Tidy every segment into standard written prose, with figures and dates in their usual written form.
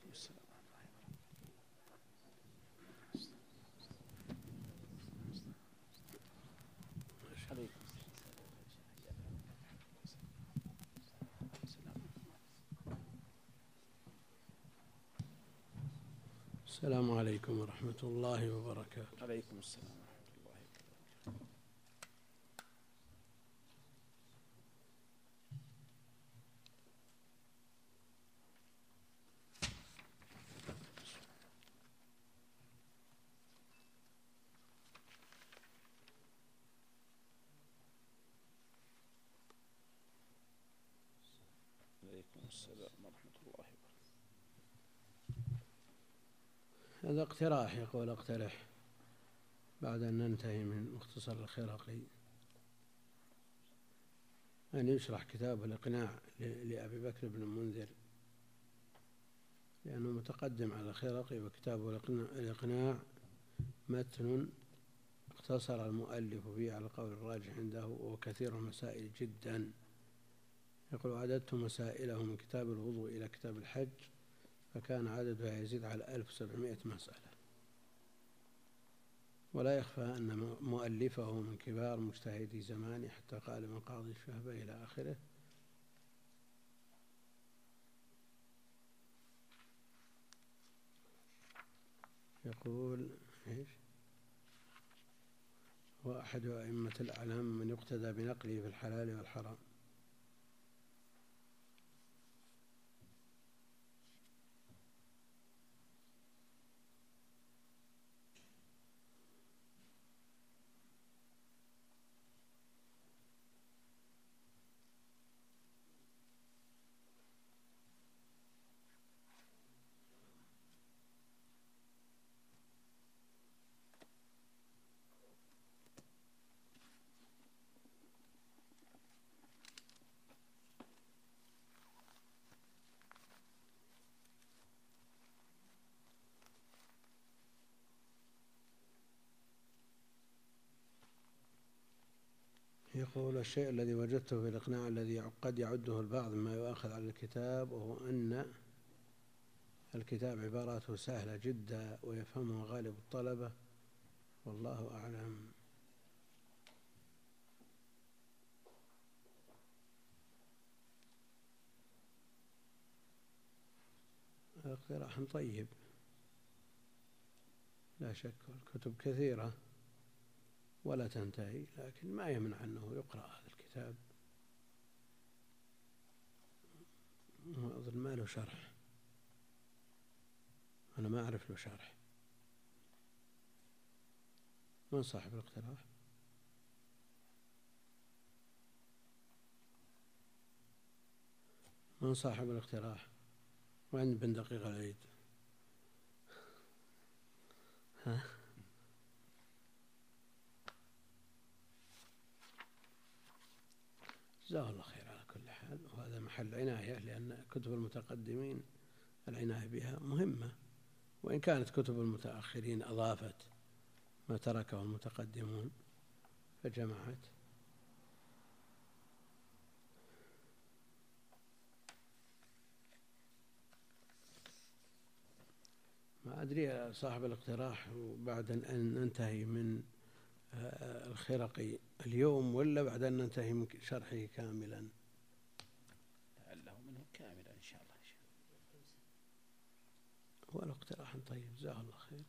عليكم السلام. السلام عليكم ورحمة الله وبركاته. عليكم السلام ورحمة الله وبركاته. عليكم السلام ورحمة الله وبركاته. هذا اقتراح، يقول اقترح بعد أن ننتهي من مختصر الخرقي أن يشرح كتاب الإقناع لأبي بكر بن المنذر، لأنه متقدم على الخرقي، وكتاب الإقناع متن اختصر المؤلف فيه على القول الراجح عنده، وهو كثير المسائل جدا. يقول: عددت مسائله من كتاب الوضوء إلى كتاب الحج فكان عددها يزيد على 1700 مسألة، ولا يخفى أن مؤلفه من كبار مجتهدي زمانه، حتى قال من قاضي الشهبة إلى آخره. يقول إيش؟ هو أحد أئمة الأعلام من يقتدى بنقله في الحلال والحرام. يقول: الشيء الذي وجدته في الإقناع الذي قد يعده البعض مما يؤاخذ على الكتاب، وهو أن الكتاب عباراته سهلة جدا ويفهمها غالب الطلبة، والله أعلم. اقتراح طيب لا شك، الكتب كثيرة ولا تنتهي، لكن ما يمنع أنه يقرأ هذا الكتاب. أظن ما له شرح، أنا ما أعرف له شرح. من صاحب الاقتراح؟ من صاحب الاقتراح؟ وين بن دقيق العيد؟ ها؟ جزاه الله خير على كل حال، وهذا محل عناية، لأن كتب المتقدمين العناية بها مهمة، وإن كانت كتب المتأخرين أضافت ما تركه المتقدمون فجمعت. ما أدري صاحب الاقتراح بعد أن ننتهي من الخرقي اليوم، ولا بعد أن ننتهي من شرحه كاملا؟ لعله منه كاملا إن شاء الله. هو الاقتراح طيب، جزاه الله خير.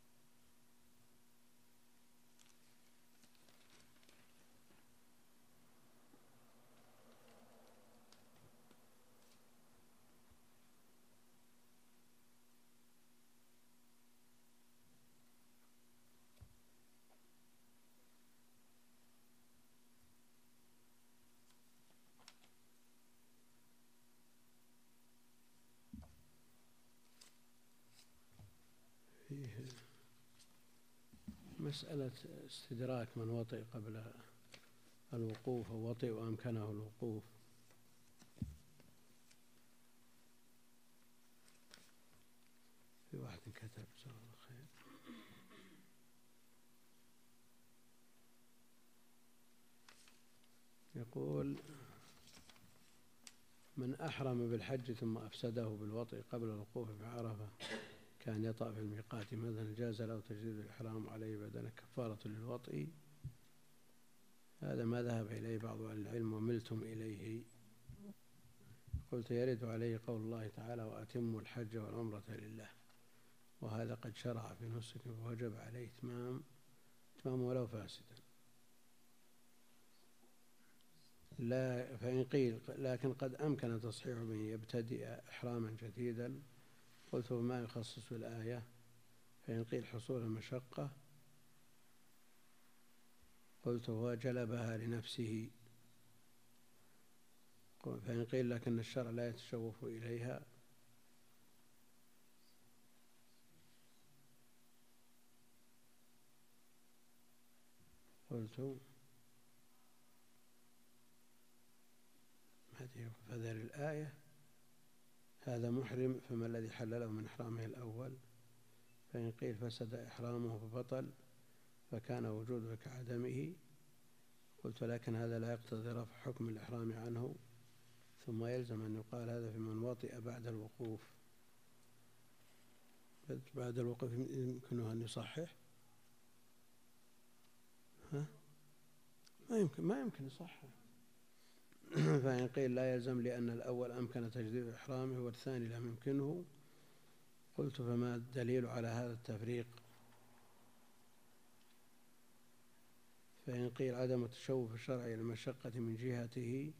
فيه مسألة استدراك من وطئ قبل الوقوف، أو وطئ وأمكنه الوقوف. في واحد كتب جزاه الله خير. يقول: من أحرم بالحج ثم أفسده بالوطء قبل الوقوف بعرفة كان يطأ في الميقات مثلا جاز له تجديد الإحرام عليه بدنه كفارة للوطء. هذا ما ذهب إليه بعض أهل العلم وملتم إليه. قلت يرد عليه قول الله تعالى وأتموا الحج والعمرة لله، وهذا قد شرع في نسك ووجب عليه إتمام ولو فاسدا. لا فإن قيل لكن قد أمكن تصحيح من يبتدئ إحراما جديدا، قلت ما يخصص الآية. فإن قيل حصول المشقة، قلت هو جلبها لنفسه. فإن قيل لكن الشرع لا يتشوف إليها، قلت فذر الآية هذا محرم فما الذي حلله من إحرامه الأول. فإن قيل فسد إحرامه فبطل فكان وجوده كعدمه، قلت لكن هذا لا يقتضي رفع حكم الإحرام عنه، ثم يلزم أن يقال هذا في من وطئ بعد الوقوف. بعد الوقوف يمكنه أن يصحح؟ ما يمكن يصحح. فإن قيل لا يلزم لأن الأول أمكن تجديد إحرامه والثاني لم يمكنه، قلت فما الدليل على هذا التفريق. فإن قيل عدم التشوف الشرعي للمشقة من جهته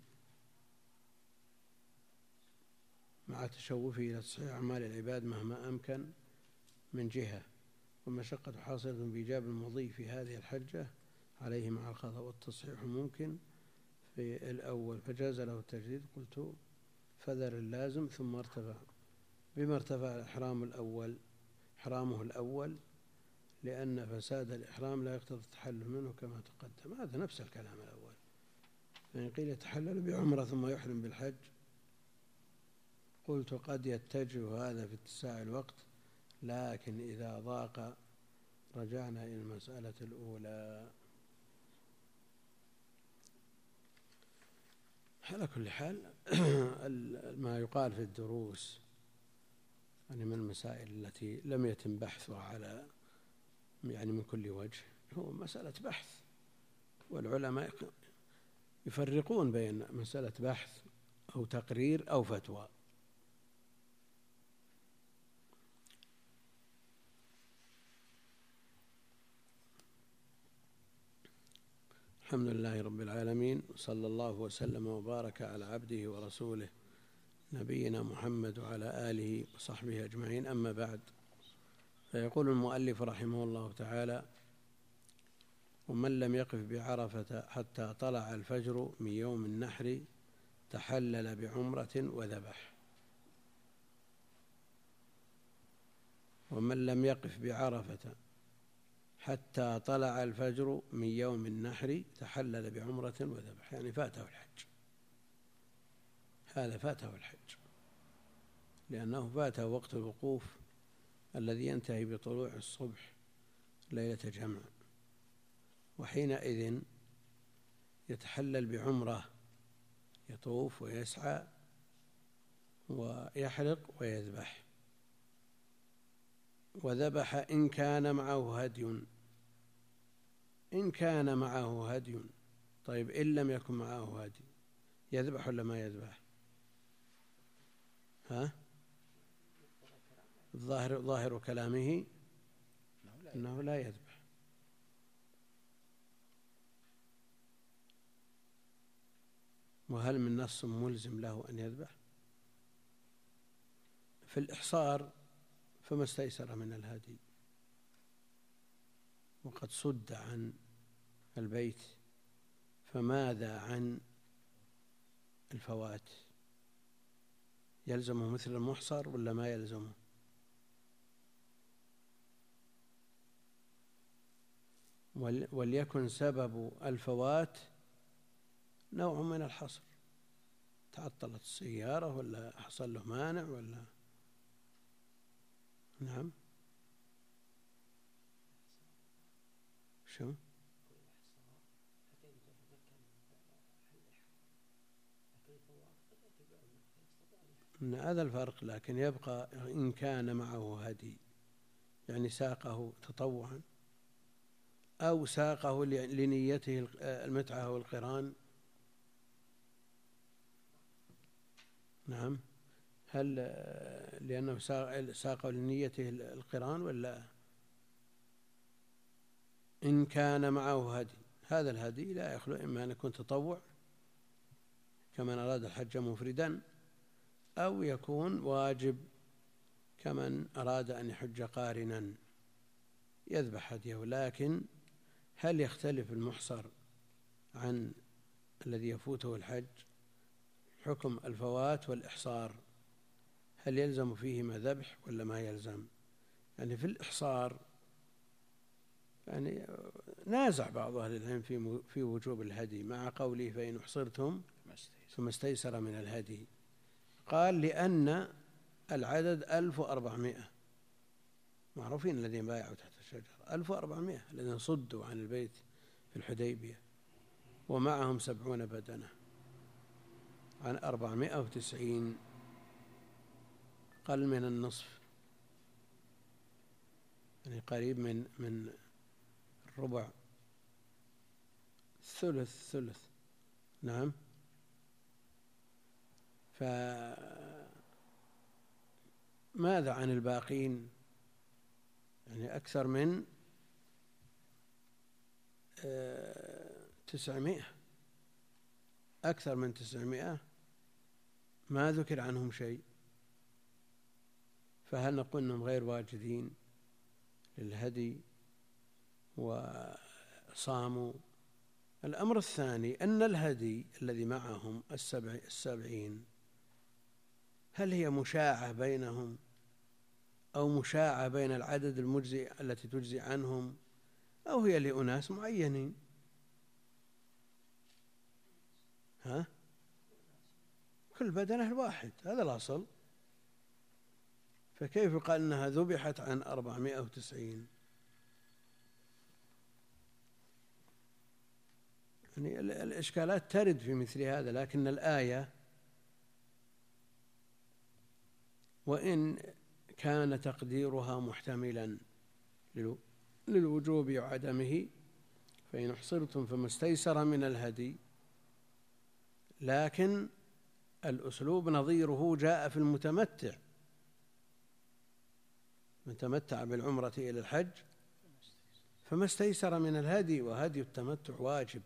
مع تشوفه إلى تصحيح أعمال العباد مهما أمكن من جهة، والمشقة حاصلة بإيجاب المضي في هذه الحجة عليه مع الخطأ، والتصحيح ممكن في الأول فجاز له التجديد. قلت فذر اللازم ثم ارتفع بما ارتفع إحرامه الأول، لأن فساد الإحرام لا يقتضي التحلل منه كما تقدم. هذا نفس الكلام الأول. فإن قيل يتحلل بعمرة ثم يحرم بالحج، قلت قد يتجه هذا في اتساع الوقت، لكن إذا ضاق رجعنا إلى المسألة الأولى. على كل حال ما يقال في الدروس يعني من المسائل التي لم يتم بحثها على من كل وجه هو مسألة بحث، والعلماء يفرقون بين مسألة بحث أو تقرير أو فتوى. الحمد لله رب العالمين، صلى الله وسلم وبارك على عبده ورسوله نبينا محمد وعلى آله وصحبه أجمعين. أما بعد، فيقول المؤلف رحمه الله تعالى: ومن لم يقف بعرفة حتى طلع الفجر من يوم النحر تحلل بعمرة وذبح. ومن لم يقف بعرفة حتى طلع الفجر من يوم النحر تحلل بعمرة وذبح، يعني فاته الحج. هذا فاته الحج لأنه فاته وقت الوقوف الذي ينتهي بطلوع الصبح ليلة جمع، وحينئذ يتحلل بعمرة، يطوف ويسعى ويحلق ويذبح. وذبح إن كان معه هدي. إن كان معه هدي، طيب إن لم يكن معه هدي يذبح ولا ما يذبح؟ ظاهر كلامه أنه لا يذبح. وهل من نص ملزم له أن يذبح؟ في الإحصار فما استيسر من الهدي، وقد صد عن البيت، فماذا عن الفوات؟ يلزمه مثل المحصر ولا ما يلزمه؟ وليكن سبب الفوات نوع من الحصر، تعطلت السيارة ولا حصل له مانع ولا نعم شو إن هذا الفرق، لكن يبقى إن كان معه هدي، يعني ساقه تطوعا أو ساقه لنيته المتعة والقران. نعم، هل لأنه ساقه لنيته القران ولا إن كان معه هدي؟ هذا الهدي لا يخلو إما أن يكون تطوع كمن أراد الحج مفردا، أو يكون واجب كمن أراد أن يحج قارنا يذبح هديه. لكن هل يختلف المحصر عن الذي يفوته الحج حكم الفوات والإحصار؟ هل يلزم فيهما ذبح ولا ما يلزم؟ يعني في الإحصار يعني نازع بعض أهل العلم في وجوب الهدي، مع قوله فإن أحصرتم ثم استيسر من الهدي. قال لأن العدد 1400 معروفين الذين بايعوا تحت الشجرة، 1400 الذين صدوا عن البيت في الحديبية، ومعهم 70 بدنة عن 490، قل من النصف، يعني قريب من الربع، ثلث. نعم. فماذا عن الباقين؟ يعني أكثر من 900، أكثر من 900 ما ذكر عنهم شيء، فهل نقول أنهم غير واجدين للهدي وصاموا؟ الأمر الثاني أن الهدي الذي معهم 70 هل هي مشاعة بينهم أو مشاعة بين العدد المجزئ التي تجزي عنهم، أو هي لأناس معينين؟ كل بدنه الواحد، هذا الأصل. فكيف قال أنها ذبحت عن 490؟ يعني الإشكالات ترد في مثل هذا، لكن الآية وإن كان تقديرها محتملا للوجوب وعدمه فإن أحصرتم فما استيسر من الهدي، لكن الأسلوب نظيره جاء في المتمتع، من تمتع بالعمرة إلى الحج فما استيسر من الهدي، وهدي التمتع واجب.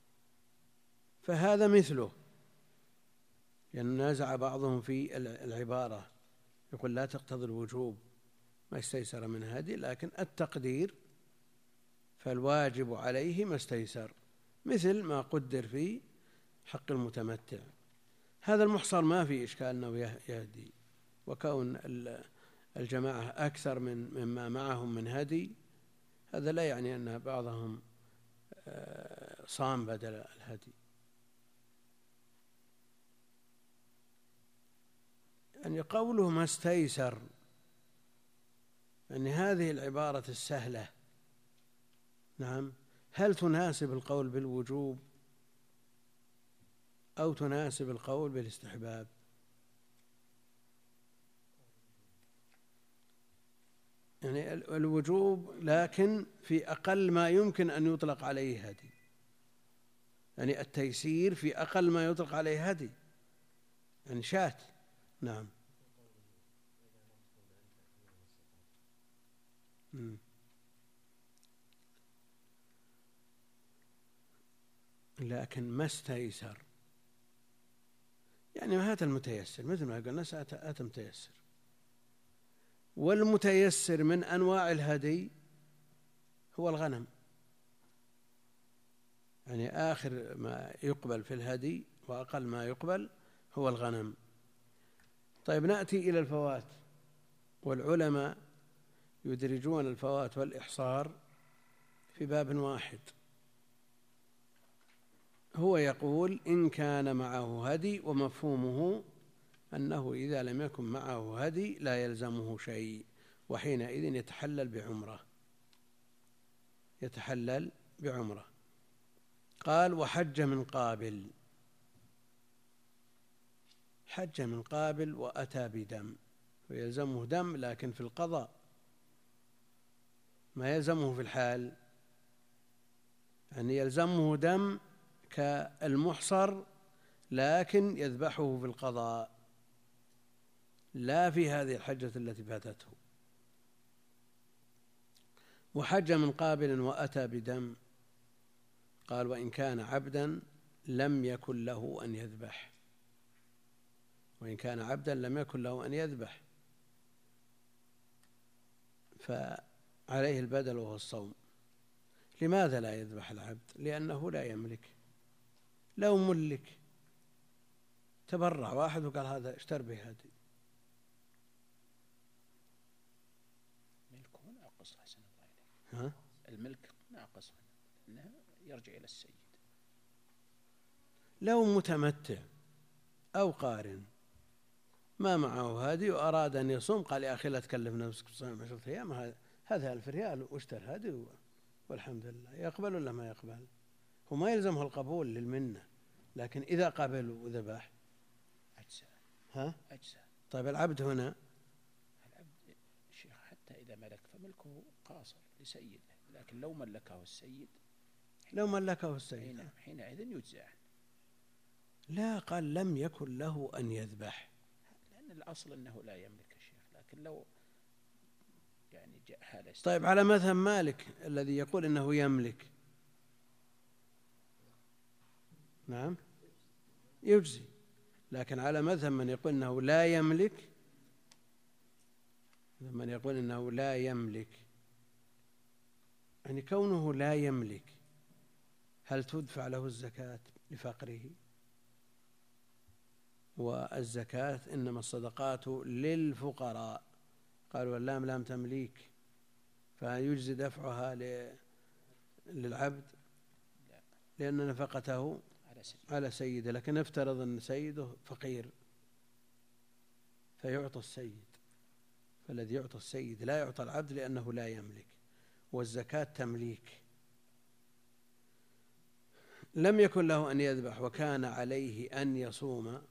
فهذا مثله، لأن نازع بعضهم في العبارة، يقول لا تقتضي الوجوب ما استيسر من هدي، لكن التقدير فالواجب عليه ما استيسر، مثل ما قدر في حق المتمتع. هذا المحصر ما في إشكال أنه يهدي، وكون الجماعة أكثر مما معهم من هدي هذا لا يعني أن بعضهم صام بدل الهدي. يعني قوله ما استيسر، يعني هذه العبارة السهلة، نعم، هل تناسب القول بالوجوب أو تناسب القول بالاستحباب؟ يعني الوجوب لكن في أقل ما يمكن أن يطلق عليه هدي، يعني التيسير في أقل ما يطلق عليه هدي، يعني شاة. نعم. لكن ما استيسر يعني هات المتيسر، مثل ما قلنا هات متيسر، والمتيسر من أنواع الهدي هو الغنم، يعني آخر ما يقبل في الهدي وأقل ما يقبل هو الغنم. طيب نأتي إلى الفوات، والعلماء يدرجون الفوات والإحصار في باب واحد، هو يقول إن كان معه هدي، ومفهومه أنه إذا لم يكن معه هدي لا يلزمه شيء، وحينئذ يتحلل بعمرة. قال وحج من قابل، حج من قابل وأتى بدم ويلزمه دم، لكن في القضاء ما يلزمه في الحال، يعني يلزمه دم كالمحصر لكن يذبحه في القضاء لا في هذه الحجة التي فاتته. وحج من قابل وأتى بدم، قال وإن كان عبدا لم يكن له أن يذبح، وإن كان عبدا لم يكن له أن يذبح فعليه البدل وهو الصوم. لماذا لا يذبح العبد؟ لأنه لا يملك. لو ملك تبرع واحد وقال هذا اشتر به هذه، ملكه ناقص أحسن الله إليك. الملك ناقص أنه يرجع إلى السيد. لو متمتع أو قارن ما معه هذه وأراد أن يصوم، قال يا أخي لا تكلف نفسك بصيام 10 أيام، هذا 1000 ريال واشتر هذه والحمد لله. يقبل ولا ما يقبل؟ هو ما يلزمه القبول للمنة، لكن إذا قبل وذبح أجزاء. طيب العبد هنا، العبد الشيخ حتى إذا ملك فملكه قاصر لسيده، لكن لو ملكه السيد حينئذ يجزع. لا، قال لم يكن له أن يذبح، لأن الأصل أنه لا يملك الشيخ، لكن لو يعني جاء حالة. طيب على مذهب مالك الذي يقول إنه يملك، نعم يجزي، لكن على مذهب من يقول إنه لا يملك، يعني كونه لا يملك هل تدفع له الزكاة لفقره؟ والزكاة إنما الصدقات للفقراء، قالوا اللام لام تمليك، فيجزي دفعها للعبد لأن نفقته على سيده. لكن افترض أن سيده فقير فيعطى السيد، فالذي يعطى السيد لا يعطى العبد لأنه لا يملك، والزكاة تمليك. لم يكن له أن يذبح وكان عليه أن يصوم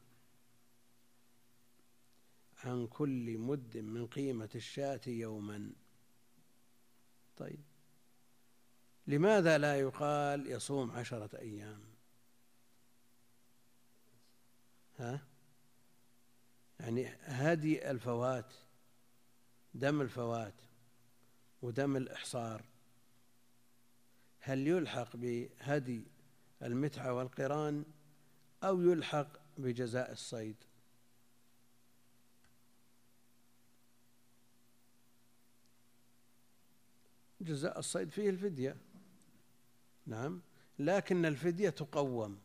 عن كل مد من قيمة الشاة يوما. طيب لماذا لا يقال يصوم 10 أيام؟ يعني هدي الفوات، دم الفوات ودم الإحصار، هل يلحق بهدي المتعة والقران أو يلحق بجزاء الصيد؟ جزاء الصيد فيه الفدية، نعم، لكن الفدية تقوم.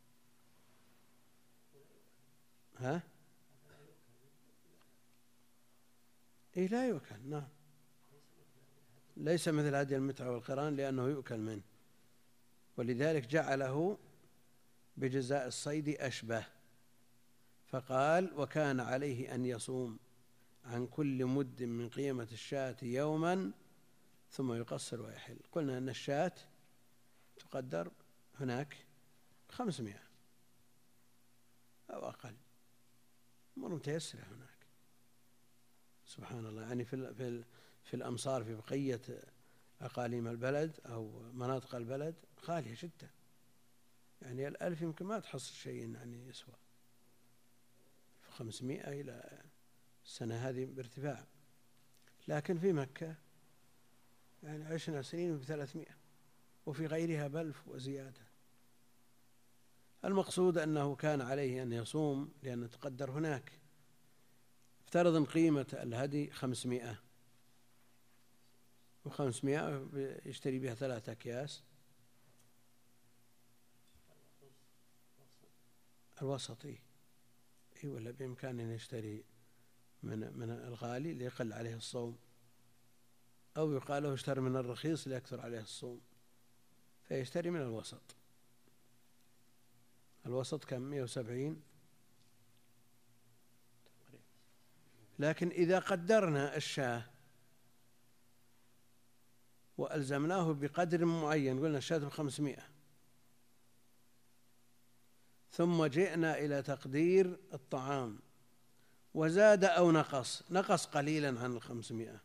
إيه لا يؤكل، نعم، ليس مثل هدي المتعة والقران لأنه يؤكل منه، ولذلك جعله بجزاء الصيد أشبه، فقال وكان عليه أن يصوم عن كل مد من قيمة الشاة يوما ثم يقصر ويحل. قلنا أن الشاة تقدر هناك 500 أو أقل، أمور متيسرة هناك سبحان الله. يعني في الأمصار في بقية أقاليم البلد أو مناطق البلد غالية جدا، يعني 1000 يمكن ما تحصل شيء يعني يسوى 500 إلى السنة هذه بارتفاع، لكن في مكة يعني 10 سنين ب300 وفي غيرها ب1000 وزيادة. المقصود أنه كان عليه أن يصوم لأن تقدر هناك، افترض قيمة الهدي 500 و500 يشتري بها 3 أكياس الوسطي، ولا بإمكانه أن يشتري من الغالي ليقل عليه الصوم، أو يقال له اشتري من الرخيص ليكثر عليه الصوم، فيشتري من الوسط. الوسط كم؟ 170. لكن إذا قدرنا الشاة وألزمناه بقدر معين، قلنا الشاة ب500، ثم جئنا إلى تقدير الطعام وزاد أو نقص قليلا عن 500،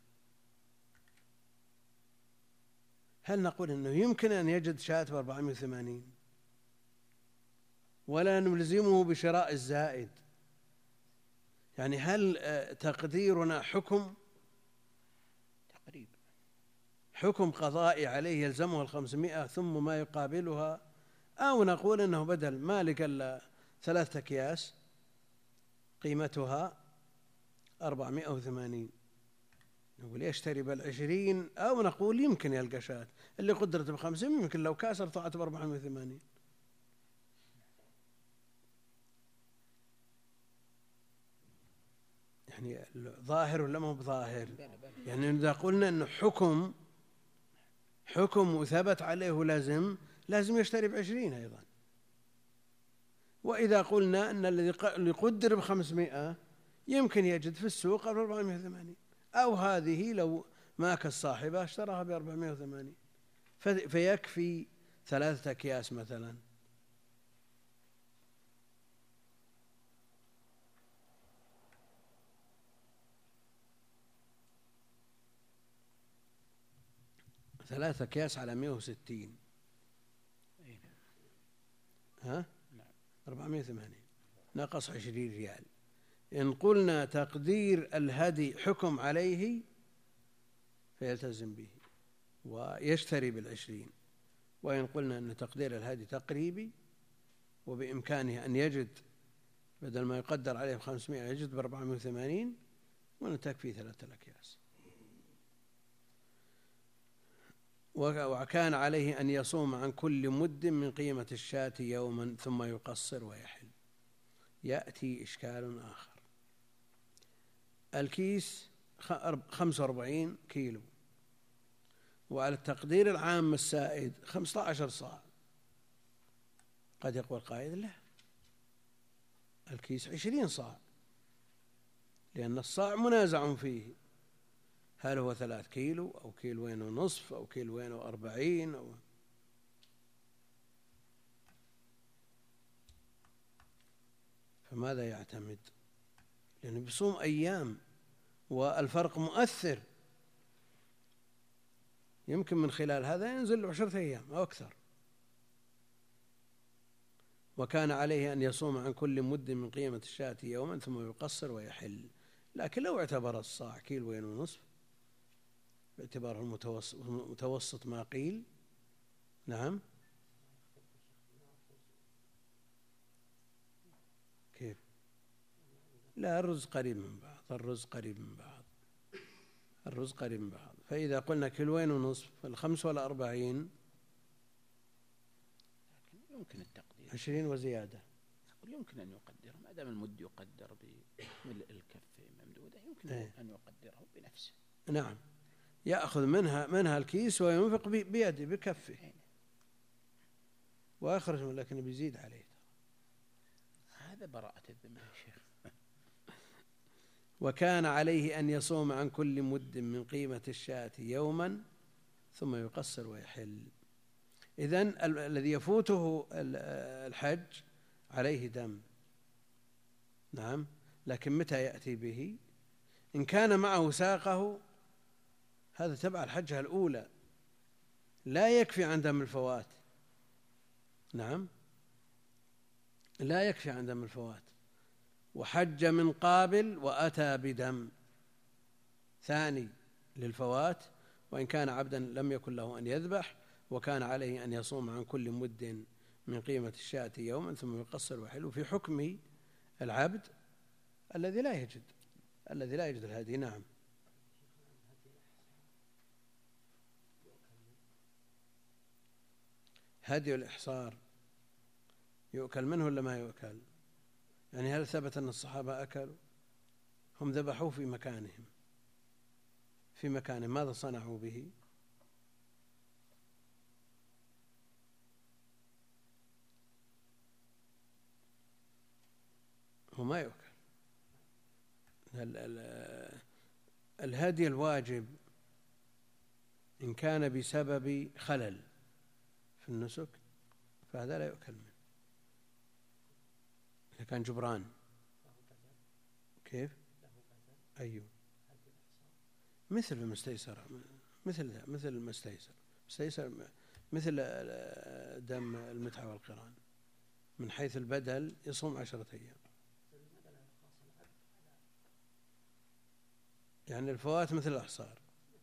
هل نقول أنه يمكن أن يجد شاة ب480 ولا نلزمه بشراء الزائد؟ يعني هل تقديرنا حكم قضائي عليه يلزمه 500 ثم ما يقابلها، أو نقول أنه بدل ما لك إلا 3 أكياس قيمتها 480 نقول يشتري بال20، أو نقول يمكن يلقى شاة اللي قدرت ب50 يمكن لو كاسر طلعت ب480. يعني ظاهر ولا ما هو بظاهر؟ يعني إذا قلنا أنه حكم وثبت عليه لازم يشتري ب20 أيضا. وإذا قلنا أن اللي قدر ب500 يمكن يجد في السوق ب480، أو هذه لو ماك الصاحبة اشتراها ب480 فيكفي 3 أكياس مثلا. ثلاثة أكياس على 160 ها 480 نقص 20 ريال. إن قلنا تقدير الهدي حكم عليه فيلتزم به ويشتري بال20، وإن قلنا أن تقدير الهدي تقريبي وبإمكانه أن يجد بدل ما يقدر عليه ب500 يجد ب480 ونتكفي 3 الأكياس. وكان عليه أن يصوم عن كل مد من قيمة الشاة يوما ثم يقصر ويحل. يأتي إشكال آخر. الكيس 45 كيلو، وعلى التقدير العام السائد 15 صاع. قد يقول قائل لا، الكيس 20 صاع، لأن الصاع منازع فيه، هل هو 3 كيلو أو 1.5 كيلو أو 1.40 كيلو فماذا يعتمد؟ لأنه بيصوم أيام والفرق مؤثر، يمكن من خلال هذا ينزل 10 أيام أو أكثر. وكان عليه أن يصوم عن كل مد من قيمة الشاة يوما ثم يقصر ويحل. لكن لو اعتبر الصاع 1.5 كيلو باعتباره متوسط ما قيل، نعم كيف؟ لا، الرز قريب من بعض. فإذا قلنا 1.5 كيلو فال5 ولا 40 يمكن التقدير 20 وزيادة. يمكن أن يقدر ما دام المد يقدر بملء الكف ممدودة، يمكن أن يقدره بنفسه. نعم، يأخذ منها الكيس وينفق بيده بكفه ويخرج، لكن بيزيد عليه. هذا براءة الذمة يا شيخ. وكان عليه أن يصوم عن كل مد من قيمة الشاة يوما ثم يقصر ويحل. إذن الذي يفوته الحج عليه دم، نعم، لكن متى يأتي به؟ إن كان معه ساقه هذا تبع الحجة الأولى، لا يكفي عن دم الفوات. نعم، لا يكفي عن دم الفوات. وحج من قابل وأتى بدم ثاني للفوات، وإن كان عبدا لم يكن له أن يذبح. وكان عليه أن يصوم عن كل مد من قيمة الشاة يوما ثم يقصر ويحل في حكم العبد الذي لا يجد الهدي. نعم. هدي الإحصار يؤكل منه ولا ما يؤكل؟ يعني هل ثبت أن الصحابة أكلوا؟ هم ذبحوه في مكانهم، ماذا صنعوا به؟ هو ما يؤكل. الهدي الواجب إن كان بسبب خلل في النسك فهذا لا يؤكل منه. إذا كان جبران كيف؟ أيوه مثل المستيسر، مثل المستيسر مثل دم المتعة والقران، من حيث البدل يصوم 10 أيام. يعني الفوات مثل الأحصار.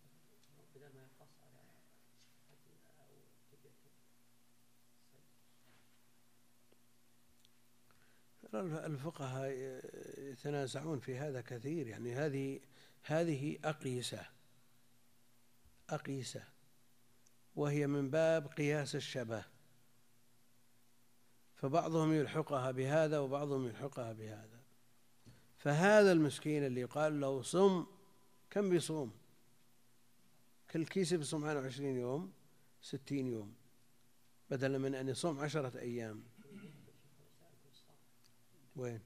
الفقهاء يتنازعون في هذا كثير، يعني هذه أقيسة وهي من باب قياس الشبه، فبعضهم يلحقها بهذا وبعضهم يلحقها بهذا. فهذا المسكين اللي يقال له صم، كم بيصوم؟ كل كيس بيصوم عنه 20 يوم 60 يوم، بدلا من أن يصوم 10 أيام. وين؟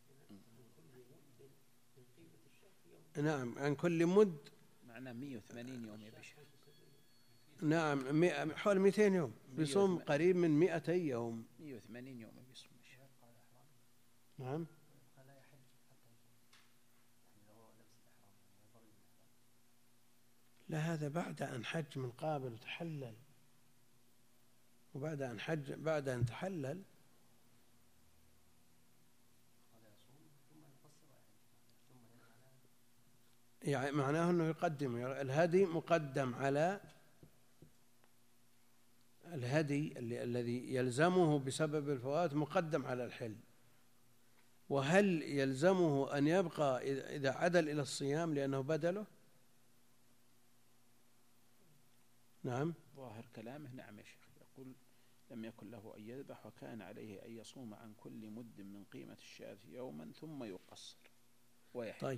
نعم عن كل مد، معناه 180 يوم يا بشر. نعم حول 200 يوم بيصوم، قريب من 200 يوم. 180 يوم بيصوم. نعم لا، هذا بعد أن حج من قابل وتحلل، وبعد أن حج بعد أن تحلل يعني معناه أنه يقدم الهدي، مقدم على الهدي الذي يلزمه بسبب الفوات، مقدم على الحل. وهل يلزمه أن يبقى إذا عدل إلى الصيام لأنه بدله؟ نعم ظاهر كلامه نعم يا شيخ. يقول لم يكن له أن يذبح وكان عليه أن يصوم عن كل مد من قيمة الشاة يوما ثم يقصر ويحل. طيب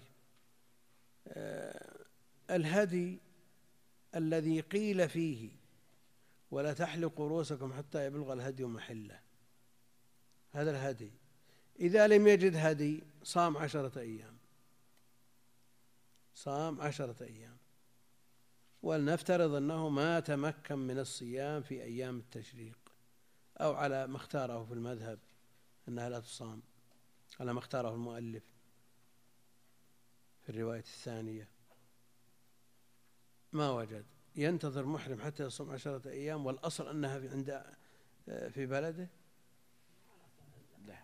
الهدي الذي قيل فيه ولا تحلقوا رؤوسكم حتى يبلغ الهدي محله، هذا الهدي إذا لم يجد هدي صام 10 أيام، صام 10 أيام. ولنفترض أنه ما تمكن من الصيام في أيام التشريق، أو على ما اختاره في المذهب أنها لا تصام، على ما اختاره المؤلف في الرواية الثانية، ما وجد، ينتظر محرم حتى يصوم 10 أيام، والأصل أنها في بلده. لا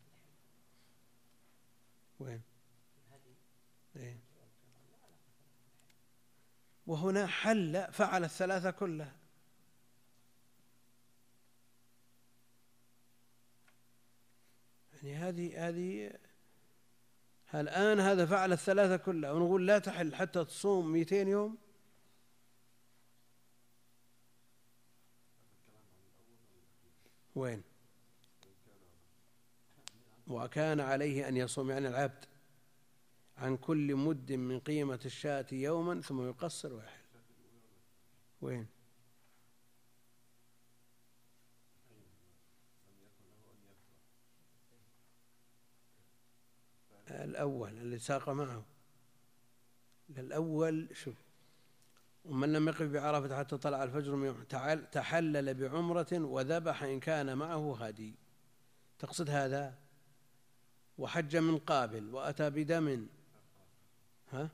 وين؟ إيه؟ وهنا حل فعل الثلاثة كلها. يعني هذه الآن هذا فعل الثلاثة كلها ونقول لا تحل حتى تصوم 200 يوم. وين؟ وكان عليه أن يصوم، يعني العبد، عن كل مد من قيمة الشاة يوما ثم يقصر ويحل. وين؟ الأول اللي ساق معه، الأول شوف: ومن لم يقف بعرفة حتى طلع الفجر من يوم تحلل بعمرة وذبح إن كان معه هدي. تقصد هذا؟ وحج من قابل وأتى بدم. ها؟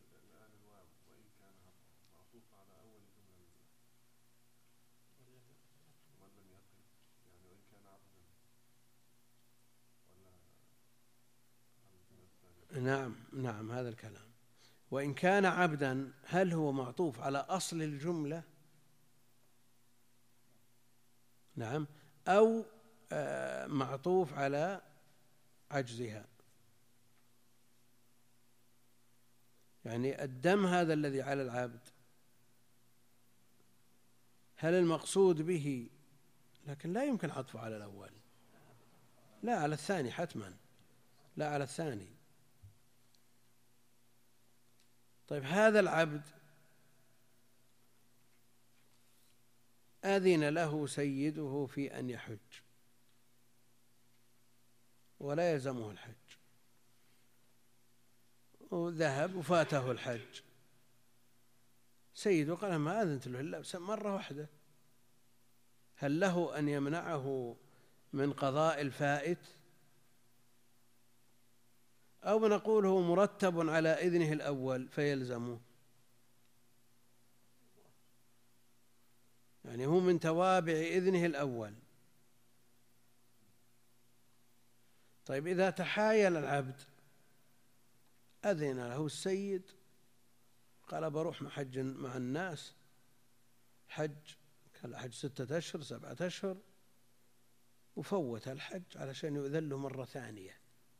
نعم هذا الكلام. وإن كان عبدا، هل هو معطوف على أصل الجملة؟ نعم، أو معطوف على عجزها؟ يعني الدم هذا الذي على العبد، هل المقصود به؟ لكن لا يمكن عطفه على الأول، لا على الثاني حتما، لا على الثاني. طيب هذا العبد أذن له سيده في أن يحج ولا يلزمه الحج، وذهب وفاته الحج، سيده قال ما أذنت له إلا مرة واحدة، هل له أن يمنعه من قضاء الفائت؟ أو نقول هو مرتب على إذنه الأول فيلزمه، يعني هو من توابع إذنه الأول. طيب إذا تحايل العبد، أذن له السيد قال بروح محج مع الناس حج، كان حج 6 أشهر 7 أشهر، وفوت الحج علشان يؤذن له مرة ثانية،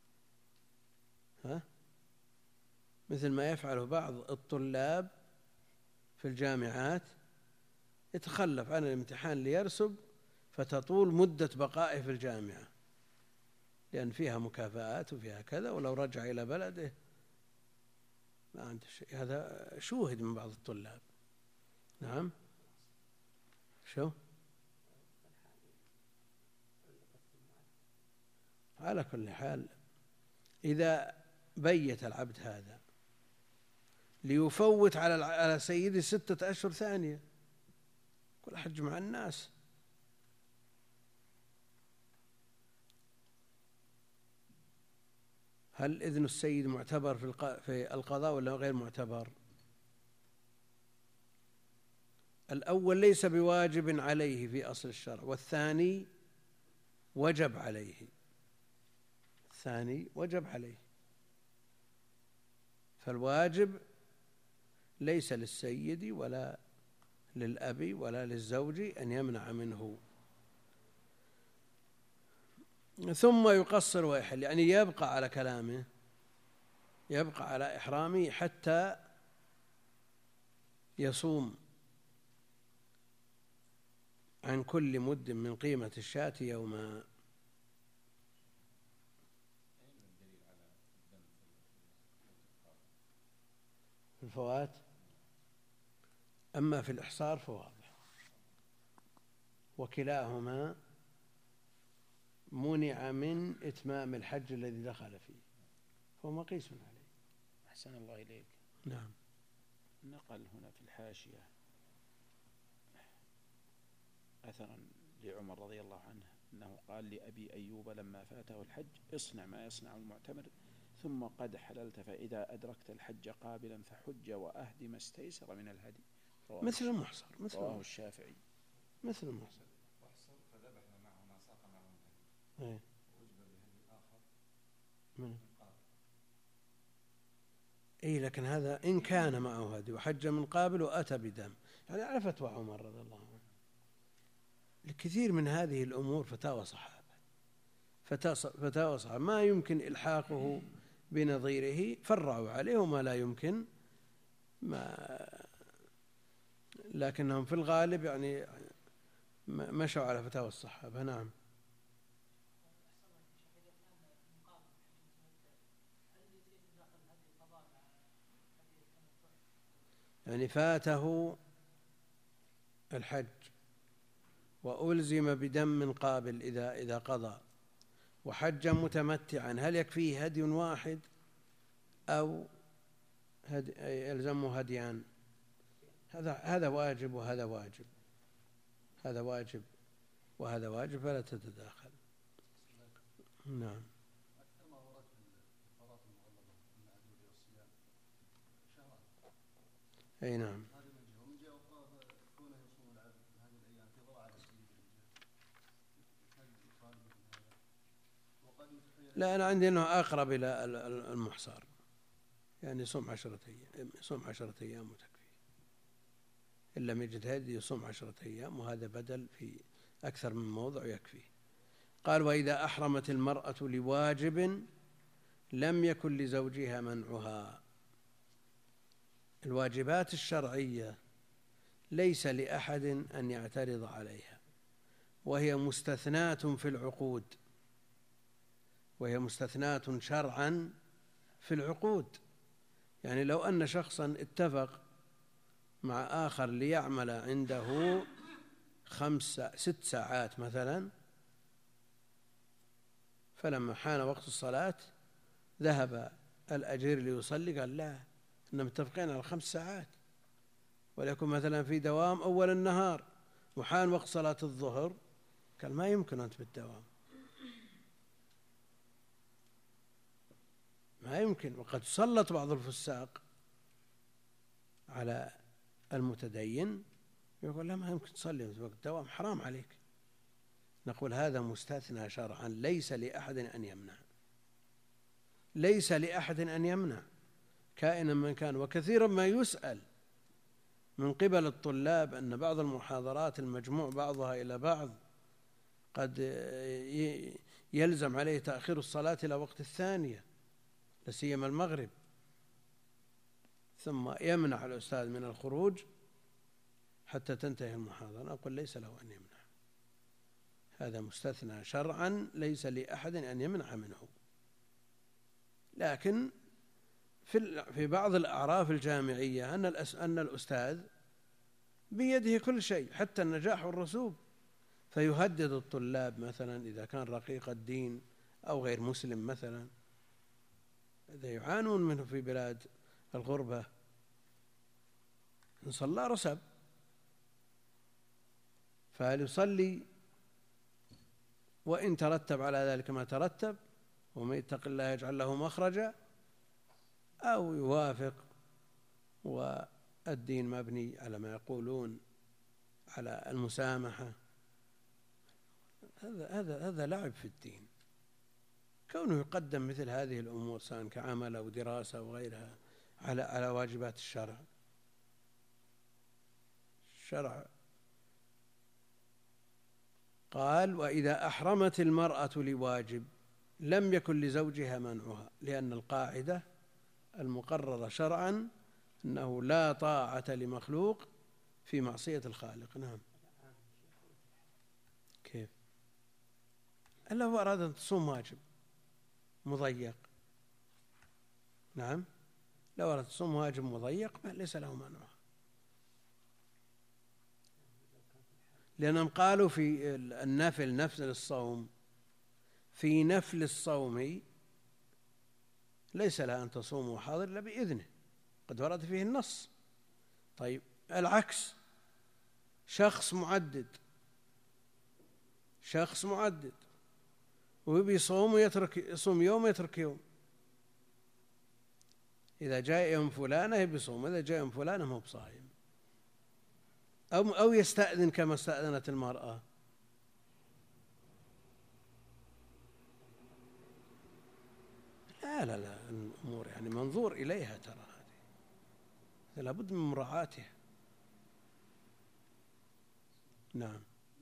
مثل ما يفعله بعض الطلاب في الجامعات، يتخلف عن الامتحان ليرسب فتطول مدة بقائه في الجامعة لأن فيها مكافآت وفيها كذا، ولو رجع إلى بلده ما عنده شيء. هذا شوهد من بعض الطلاب. نعم. شو؟ على كل حال إذا بيت العبد هذا ليفوت على سيده 6 أشهر ثانية، كل حج مع الناس، هل إذن السيد معتبر في القضاء ولا غير معتبر؟ الأول ليس بواجب عليه في أصل الشرع، والثاني وجب عليه، الثاني وجب عليه. فالواجب ليس للسيد ولا للأب ولا للزوج أن يمنع منه، ثم يقصر ويحل، يعني يبقى على كلامه، يبقى على إحرامه حتى يصوم عن كل مد من قيمة الشاة يوما. في الفوات، أما في الإحصار فواضح، وكلاهما منع من إتمام الحج الذي دخل فيه، فهو مقيس عليه. أحسن الله إليك. نعم. نقل هنا في الحاشية أثرا لعمر رضي الله عنه أنه قال لأبي أيوب لما فاته الحج اصنع ما يصنع المعتمر ثم قد حللت فإذا أدركت الحج قابلا فحج وأهد ما استيسر من الهدي. مثل المحصر، رواه الشافعي. مثل المحصر. فذبح معه ما ساق معه الهدي، وجب بهدي آخر من لكن هذا إن كان معه هدي وحج من قابل وأتى بدم، يعني على فتوى عمر رضي الله عنه. الكثير من هذه الأمور فتاوى صحابة ما يمكن إلحاقه بنظيره فرعوا عليه، وما لا يمكن لكنهم في الغالب يعني مشوا على فتاوى الصحابة. نعم. يعني فاته الحج وألزم بدم قابل إذا قضى، وحج متمتعا، هل يكفيه هدي واحد أو يلزمه هديان؟ هذا واجب وهذا واجب، هذا واجب وهذا واجب، فلا تتداخل. نعم. أي نعم. لا، أنا عندي أنه أقرب إلى المحصار، يعني يصوم 10 أيام، يصوم 10 أيام وتكفي، إن لم يجد هدي يصوم 10 أيام، وهذا بدل في أكثر من موضع يكفي. قال وإذا أحرمت المرأة لواجب لم يكن لزوجها منعها. الواجبات الشرعية ليس لأحد أن يعترض عليها، وهي مستثنات في العقود، وهي مستثنات شرعا في العقود. يعني لو أن شخصا اتفق مع آخر ليعمل عنده 5-6 ساعات مثلا، فلما حان وقت الصلاة ذهب الأجير ليصلي، قال لا، إننا متفقين على 5 ساعات، وليكن مثلا في دوام أول النهار وحان وقت صلاة الظهر، قال ما يمكن أنت بالدوام، ما يمكن. وقد سلط بعض الفساق على المتدين يقول لا ما يمكن تصلي في وقت الدوام، حرام عليك. نقول هذا مستثنى شرعا، ليس لأحد أن يمنع، ليس لأحد أن يمنع كائنا من كان. وكثيرا ما يسأل من قبل الطلاب أن بعض المحاضرات المجموع بعضها إلى بعض قد يلزم عليه تأخير الصلاة إلى وقت الثانية، لا سيما المغرب، ثم يمنع الأستاذ من الخروج حتى تنتهي المحاضرة. أقول ليس له أن يمنع، هذا مستثنى شرعا، ليس لأحد أن يمنع منه. لكن في بعض الأعراف الجامعية أن الأستاذ بيده كل شيء حتى النجاح والرسوب، فيهدد الطلاب مثلا إذا كان رقيق الدين أو غير مسلم مثلا، هذا يعانون منه في بلاد الغربة، إن صلى رسب، فهل يصلي وإن ترتب على ذلك ما ترتب ومن يتق الله يجعل له مخرجا، أو يوافق والدين مبني على ما يقولون على المسامحة؟ هذا لعب في الدين. كونه يقدم مثل هذه الأمور سواء كعمل أو دراسة أو غيرها على واجبات الشرع. الشرع قال وإذا أحرمت المرأة لواجب لم يكن لزوجها منعها، لأن القاعدة المقررة شرعا أنه لا طاعة لمخلوق في معصية الخالق. نعم. كيف؟ ألا هو أراد أن تصوم واجب مضيق، نعم، لو أراد تصوم واجب مضيق ليس له منعها، لأنهم قالوا في النفل، نفل الصوم، في نفل الصوم ليس لها أن تصوم حاضر إلا بإذنه، قد ورد فيه النص. طيب العكس، شخص معدد وبيصوم ويترك، يصوم يوم ويترك يوم، إذا جاء يوم فلانة بيصوم، إذا جاء يوم فلانة ما هو بصايم، أو يستأذن كما استأذنت المرأة. لا الأمور يعني منظور إليها، ترى هذه لابد من مراعاتها. نعم.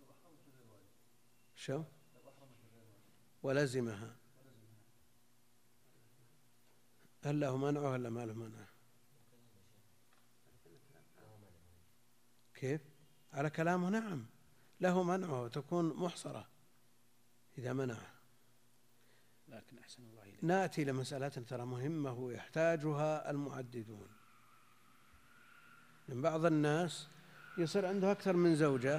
شو ولزمها، هل له منعه ولا ما له منعه؟ كيف؟ على كلامه نعم له منعه، وتكون محصرة إذا منعه. لكن أحسن الله إليك، نأتي لمسألة ترى مهمة ويحتاجها المعددون. من بعض الناس يصير عنده أكثر من زوجة،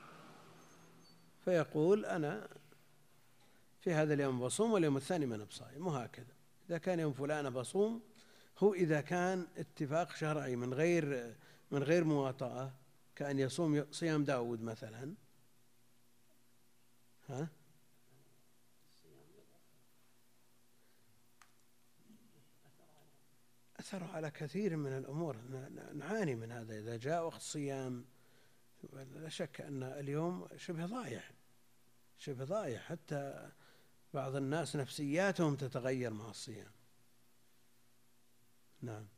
فيقول أنا في هذا اليوم بصوم واليوم الثاني ما أنا بصايم، وهكذا. إذا كان يوم فلان بصوم، هو إذا كان اتفاق شرعي من غير مواطأة، كأن يصوم صيام داود مثلا، أثر على كثير من الأمور. نعاني من هذا. إذا جاء وقت الصيام لا شك أن اليوم شبه ضايع، حتى بعض الناس نفسياتهم تتغير مع الصيام. نعم.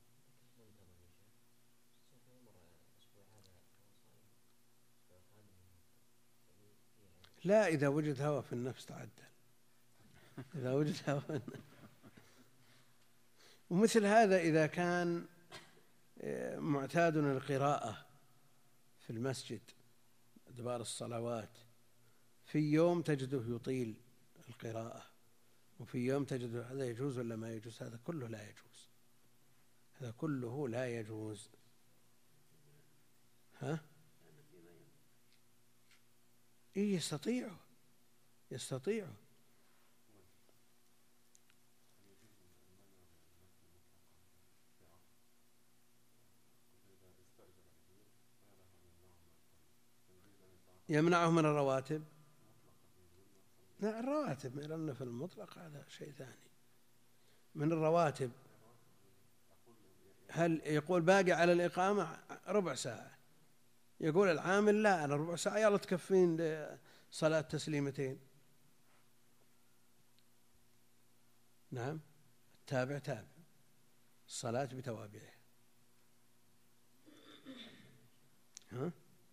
لا، إذا وجد هوى في النفس تعدل، إذا وجد هوى في النفس. ومثل هذا إذا كان معتاد القراءة في المسجد أدبار الصلوات، في يوم تجده يطيل القراءة، وفي يوم تجده، هذا يجوز ولا ما يجوز؟ هذا كله لا يجوز، هذا كله لا يجوز. إيه يستطيع. يمنعه من الرواتب؟ لا، الرواتب، لأن في المطلق هذا شيء ثاني. من الرواتب، هل يقول باقي على الإقامة ربع ساعة، يقول العامل لا أنا ربع ساعة يلا تكفين صلاة تسليمتين. نعم، التابع تابع، الصلاة بتوابعه. ها؟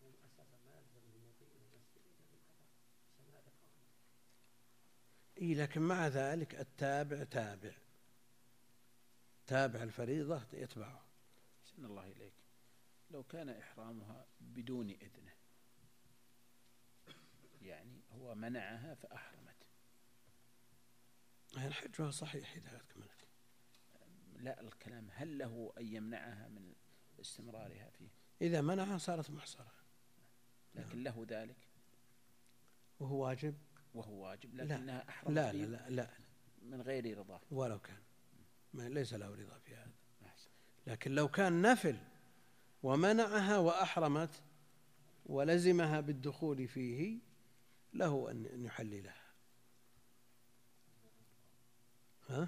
إيه، لكن مع ذلك التابع تابع، تابع الفريضة يتبعه. سن الله إليك، لو كان إحرامها بدون إذنه، يعني هو منعها فأحرمت، الحج صحيح إذا كملت. لا، الكلام هل له أن يمنعها من استمرارها فيه؟ إذا منعها صارت محصرة، لكن له ذلك وهو واجب، وهو واجب، لكنها أحرمت لا فيه لا لا من غير رضاه، ولو كان ليس له رضا في هذا. أحسن. لكن لو كان نفل ومنعها وأحرمت ولزمها بالدخول فيه له أن يحللها. ها؟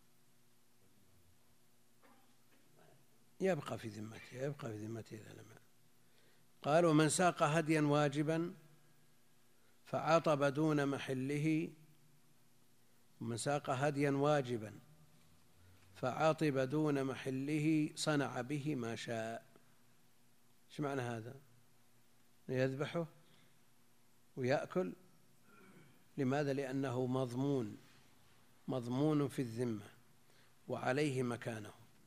يبقى في ذمته إذا لم. قال ومن ساق هديا واجبا فعطب دون محله، ومن ساق هديا واجبا فعطب دون محله صنع به ما شاء. ايش معنى هذا؟ يذبحه ويأكل. لماذا؟ لأنه مضمون في الذمة وعليه مكانه.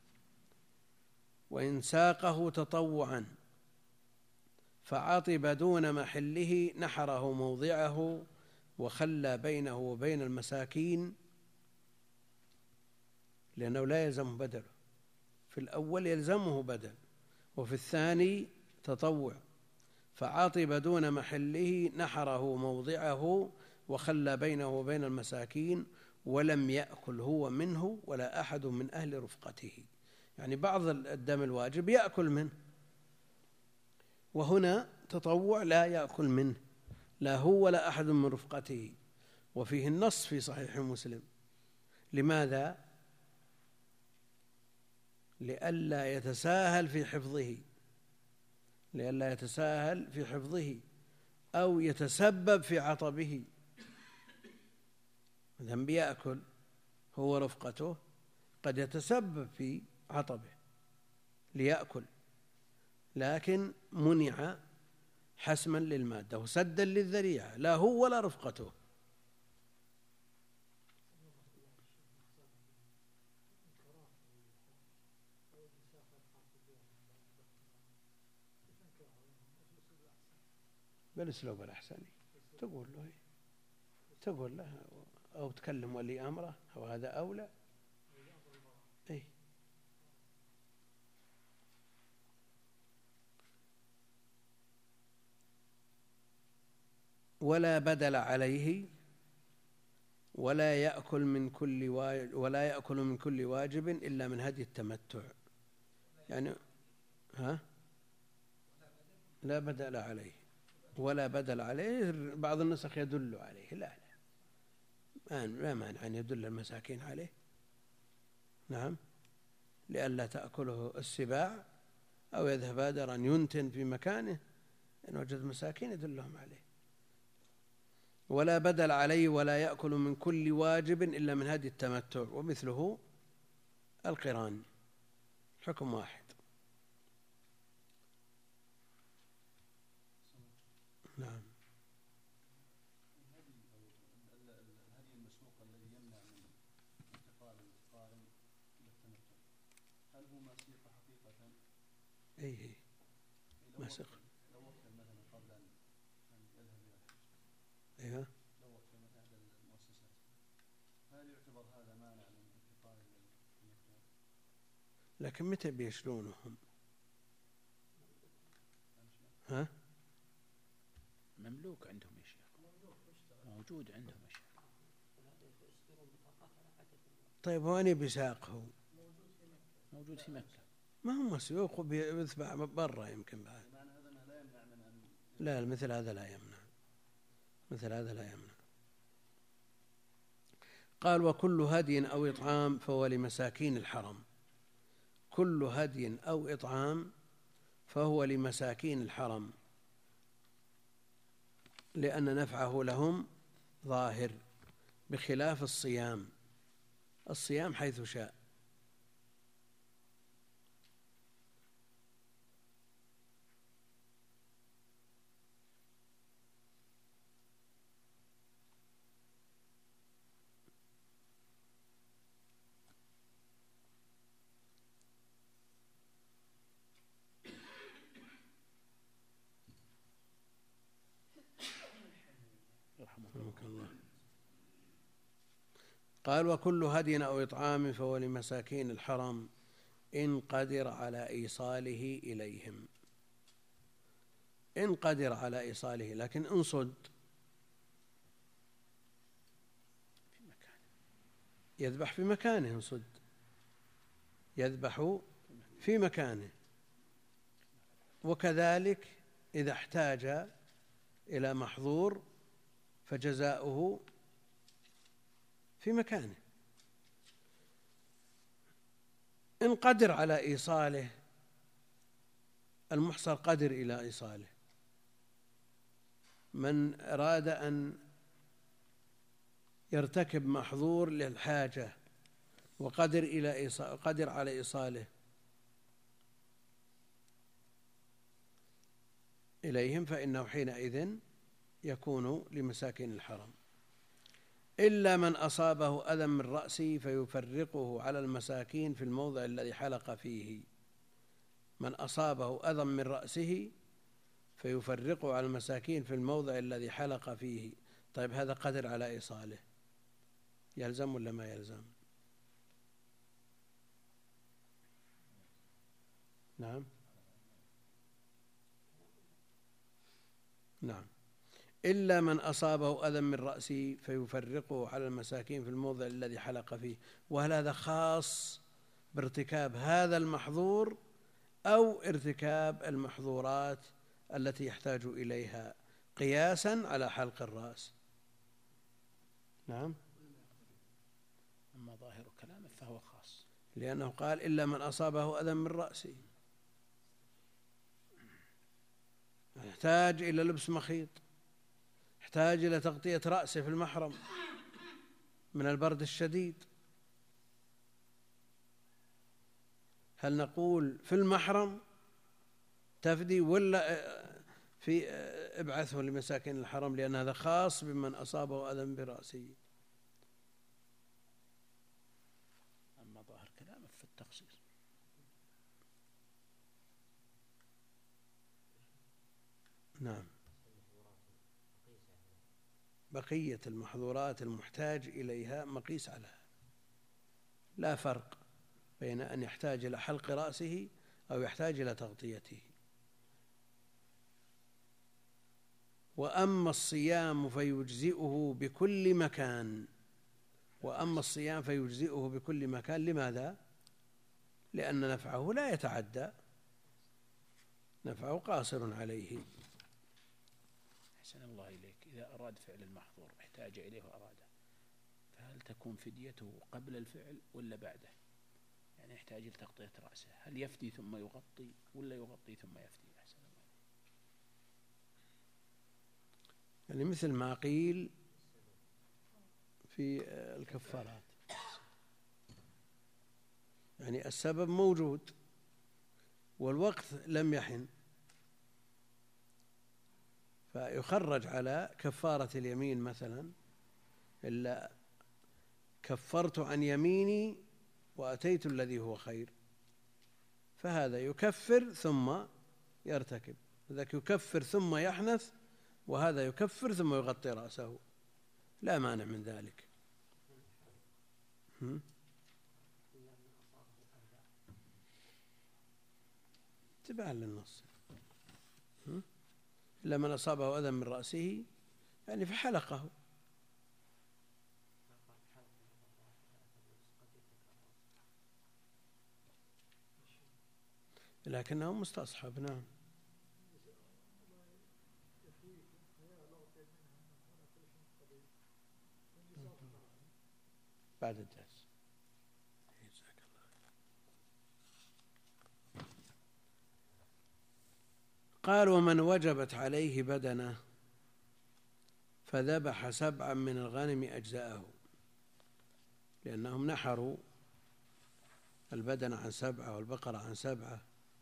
وإن ساقه تطوعا فعطب دون محله نحره موضعه وخلى بينه وبين المساكين، لأنه لا يلزمه بدله. في الأول يلزمه بدل، وفي الثاني تطوع. فعطب دون محله نحره موضعه وخلى بينه وبين المساكين ولم يأكل هو منه ولا أحد من أهل رفقته. يعني بعض الدم الواجب يأكل منه، وهنا تطوع لا يأكل منه لا هو ولا أحد من رفقته. وفيه النص في صحيح مسلم. لماذا؟ لئلا يتساهل في حفظه أو يتسبب في عطبه. ذنب يأكل هو رفقته قد يتسبب في عطبه ليأكل، لكن منع حسما للمادة وسدا للذريعة، لا هو ولا رفقته. بالأسلوب الأحسن تقول له أو تكلم ولي أمره أو هذا أولى. إيه؟ ولا بدل عليه ولا يأكل من كل واجب إلا من هدي التمتع. يعني لا بدل عليه ولا بدل عليه. بعض النسخ يدل عليه. لا مانع أن يدل المساكين عليه. نعم، لئلا تأكله السباع أو يذهب هادرا ينتن في مكانه، إن وجد مساكين يدلهم عليه. ولا بدل عليه ولا يأكل من كل واجب إلا من هدي التمتع، ومثله القران، حكم واحد. نعم. الهدي المسوق الذي يمنع من انتقال القارن إلى التمتع، هل هو مسيق حقيقة؟ أي مسيق. لو وكل مثلا قبل أن يذهب إلى الحج. أيها. لو وكل مثلا أحد المؤسسات، هل يعتبر هذا مانع من انتقال إلى التمتع؟ لكن متى بيشلونهم؟ ها؟ مملوك عندهم يا شيخ، موجود عندهم يا شيخ. طيب وين بيساقه؟ موجود في مكة. ما هو مسوق وبيتباع برا يمكن بعد. لا، مثل هذا لا يمنع. قال وكل هدي أو إطعام فهو لمساكين الحرم. كل هدي أو إطعام فهو لمساكين الحرم، لأن نفعه لهم ظاهر، بخلاف الصيام. الصيام حيث شاء. رحمك الله. قال وكل هدي أو إطعام فهو لمساكين الحرم إن قدر على إيصاله إليهم. إن قدر على إيصاله، لكن إن صد يذبح في مكانه. إن صد يذبح في مكانه. وكذلك إذا احتاج إلى محظور فجزاؤه في مكانه. إن قدر على إيصاله، المحصر قدر إلى إيصاله. من أراد أن يرتكب محظور للحاجة قدر على إيصاله إليهم، فإنه حينئذ يكون لمساكين الحرم. إلا من أصابه أذى من رأسه فيفرقه على المساكين في الموضع الذي حلق فيه. من أصابه أذى من رأسه فيفرقه على المساكين في الموضع الذي حلق فيه. طيب هذا قدر على إيصاله، يلزم ولا ما يلزم؟ نعم نعم. إلا من أصابه أذى من رأسه فيفرقه على المساكين في الموضع الذي حلق فيه. وهل هذا خاص بارتكاب هذا المحظور أو ارتكاب المحظورات التي يحتاج إليها قياسا على حلق الرأس؟ نعم. أما ظاهر كلامه فهو خاص، لأنه قال إلا من أصابه أذى من رأسه، يحتاج إلى لبس مخيط، يحتاج إلى تغطية رأسه في المحرم من البرد الشديد. هل نقول في المحرم تفدي ولا في ابعثه لمساكن الحرم، لأن هذا خاص بمن أصابه أذى برأسه؟ أما ظاهر كلامه في التخصيص. نعم. بقية المحظورات المحتاج إليها مقيس عليها، لا فرق بين أن يحتاج إلى حلق رأسه أو يحتاج إلى تغطيته. وأما الصيام فيجزئه بكل مكان. وأما الصيام فيجزئه بكل مكان. لماذا؟ لأن نفعه لا يتعدى، نفعه قاصر عليه. أحسن الله إليك. إذا أراد فعل المحظور احتاج إليه وأراده، فهل تكون فديته قبل الفعل ولا بعده؟ يعني يحتاج إلى تغطية رأسه، هل يفدي ثم يغطي ولا يغطي ثم يفدي؟ أحسن الله. يعني مثل ما قيل في الكفارات، يعني السبب موجود والوقت لم يحن، فيخرج على كفارة اليمين مثلا. إلا كفرت عن يميني وأتيت الذي هو خير، فهذا يكفر ثم يرتكب، ذاك يكفر ثم يحنث، وهذا يكفر ثم يغطي رأسه، لا مانع من ذلك. تبعا للنص. إلا من أصابه أذى من رأسه يعني فحلقه، لكنه مستصحب. نعم. بعد الدرس. قال: ومن وجبت عليه بدنه فذبح 7 من الغنم أجزاءه، لأنهم نحروا البدن عن 7 والبقرة عن 7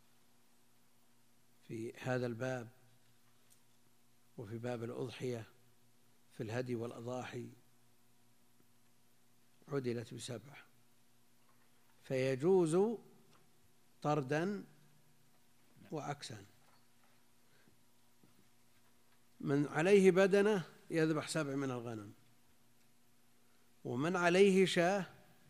في هذا الباب، وفي باب الأضحية في الهدي والأضاحي عدلت ب7، فيجوز طردا وعكسا. من عليه بدنه يذبح 7 من الغنم، ومن عليه شاة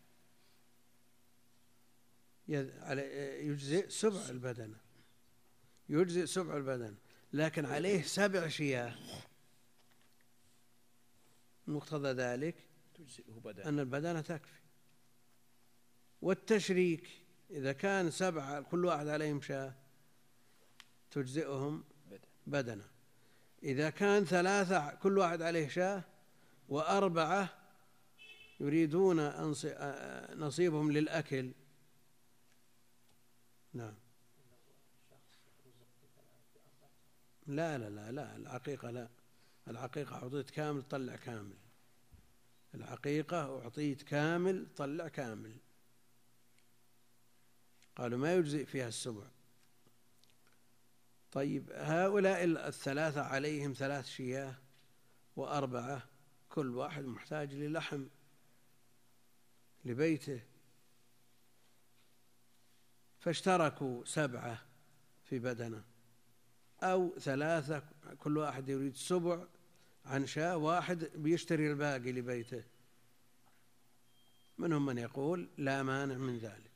يجزئ 7 البدنة، يجزئ 7 البدنة، لكن عليه 7 شياه. مقتضى ذلك أن البدنة تكفي. والتشريك إذا كان 7 كل واحد عليهم شاة تجزئهم بدنة. إذا كان 3 كل واحد عليه شاة و4 يريدون نصيبهم للأكل، نعم. لا لا لا لا، العقيقة لا، العقيقة أعطيت كامل طلع كامل، العقيقة أعطيت كامل طلع كامل. قالوا ما يجزئ فيها السبع. طيب هؤلاء 3 عليهم 3 شياه و4 كل واحد محتاج للحم لبيته، فاشتركوا 7 في بدنه، أو 3 كل واحد يريد 7 عن شاة، واحد بيشتري الباقي لبيته. منهم من يقول لا مانع من ذلك،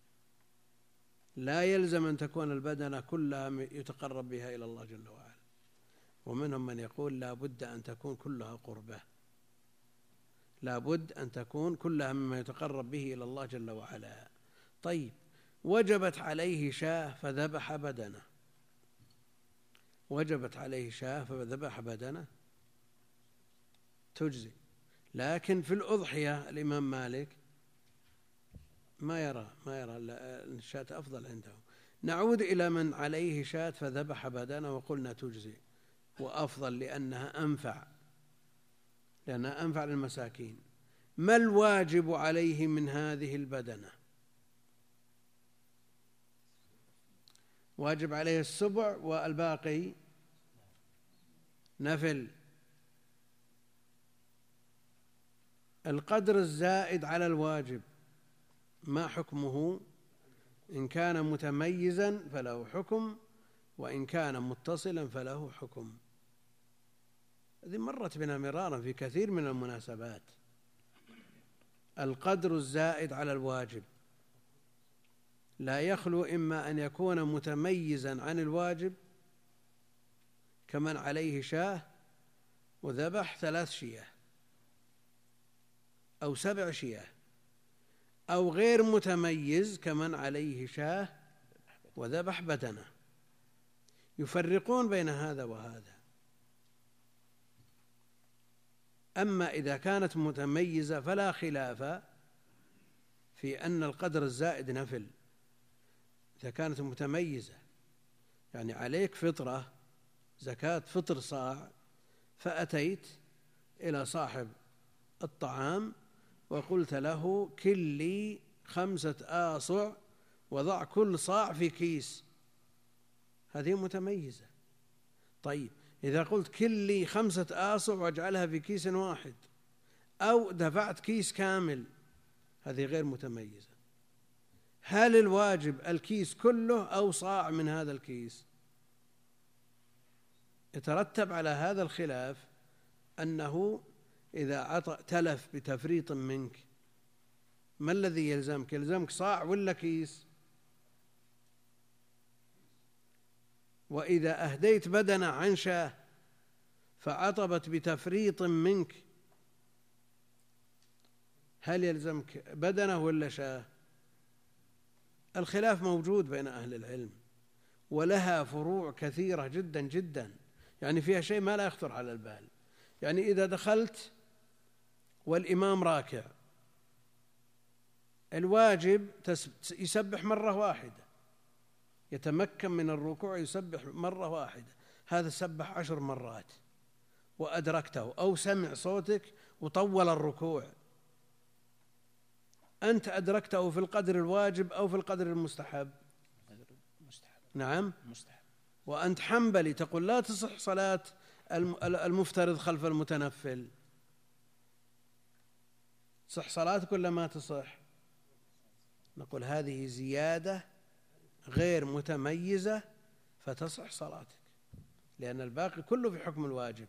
لا يلزم أن تكون البدنة كلها يتقرب بها إلى الله جل وعلا. ومنهم من يقول لا بد أن تكون كلها قربة، لا بد أن تكون كلها مما يتقرب به إلى الله جل وعلا. طيب، وجبت عليه شاة فذبح بدنه، وجبت عليه شاة فذبح بدنه تجزي. لكن في الأضحية الإمام مالك ما يرى الشاة أفضل عنده. نعود إلى من عليه شاة فذبح بدنه وقلنا تجزي وأفضل لأنها أنفع للمساكين. ما الواجب عليه من هذه البدنة؟ واجب عليه 7 والباقي نفل. القدر الزائد على الواجب ما حكمه؟ إن كان متميزا فله حكم، وإن كان متصلا فله حكم. هذه مرت بنا مرارا في كثير من المناسبات. القدر الزائد على الواجب لا يخلو إما أن يكون متميزا عن الواجب كمن عليه شاة وذبح 3 شياه أو 7 شياه، أو غير متميز كمن عليه شاة وذبح بدنه. يفرقون بين هذا وهذا. أما إذا كانت متميزة فلا خلاف في أن القدر الزائد نفل. إذا كانت متميزة يعني عليك فطرة، زكاة فطر صاع، فأتيت إلى صاحب الطعام وقلت له كل لي 5 آصع وضع كل صاع في كيس، هذه متميزة. طيب، إذا قلت كل لي 5 آصع واجعلها في كيس واحد، أو دفعت كيس كامل، هذه غير متميزة. هل الواجب الكيس كله أو صاع من هذا الكيس؟ يترتب على هذا الخلاف أنه إذا تلف بتفريط منك ما الذي يلزمك؟ يلزمك صاع ولا كيس؟ وإذا أهديت بدنة عن شاة فعطبت بتفريط منك هل يلزمك بدنة ولا شاة؟ الخلاف موجود بين أهل العلم، ولها فروع كثيرة جدا جدا، يعني فيها شيء ما لا يخطر على البال. يعني إذا دخلت والإمام راكع الواجب يسبح مرة واحدة، يتمكن من الركوع يسبح مرة واحدة، هذا سبح 10 مرات وأدركته، أو سمع صوتك وطول الركوع، أنت أدركته في القدر الواجب أو في القدر المستحب؟ مستحب. نعم مستحب. وأنت حنبلي تقول لا تصح صلاة المفترض خلف المتنفل، صح صلاتك ولا ما تصح؟ نقول هذه زيادة غير متميزة فتصح صلاتك، لأن الباقي كله في حكم الواجب.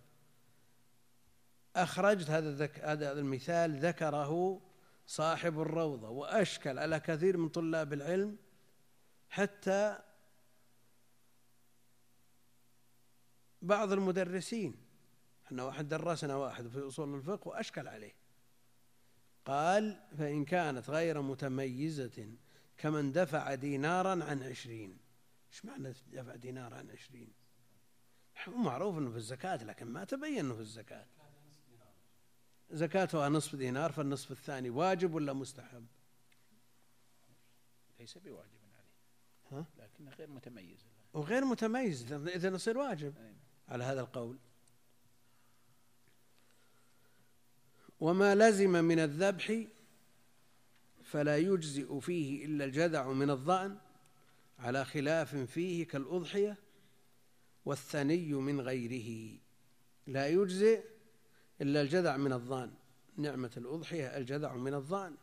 أخرجت هذا المثال ذكره صاحب الروضة وأشكل على كثير من طلاب العلم، حتى بعض المدرسين، احنا واحد درسنا واحد في أصول الفقه وأشكل عليه، قال فإن كانت غير متميزة كمن دفع دينارا عن 20. ايش معنى دفع دينار عن 20؟ معروف انه في الزكاة لكن ما تبين انه في الزكاة. زكاتها نصف دينار، فالنصف الثاني واجب ولا مستحب؟ ليس بواجب عليه، لكنه غير متميز. وغير متميز إذا يصير واجب على هذا القول. وما لزم من الذبح فلا يجزئ فيه إلا الجذع من الضأن، على خلاف فيه كالأضحية، والثني من غيره. لا يجزئ إلا الجذع من الضأن، نعمة الأضحية الجذع من الضأن.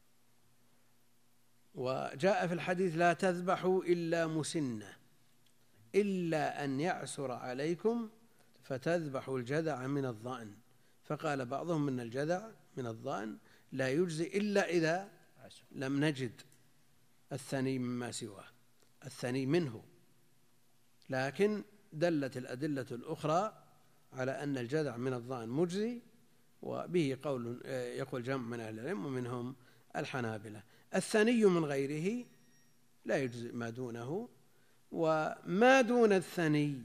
وجاء في الحديث لا تذبحوا إلا مسنة، إلا أن يعسر عليكم فتذبحوا الجذع من الضأن. فقال بعضهم من الجذع من الضأن لا يجزئ إلا إذا لم نجد الثني مما سواه، الثني منه. لكن دلت الأدلة الأخرى على أن الجذع من الضأن مجزي، وبه قول يقول جمع من أهل العلم ومنهم الحنابلة. الثني من غيره لا يجزئ ما دونه، وما دون الثني،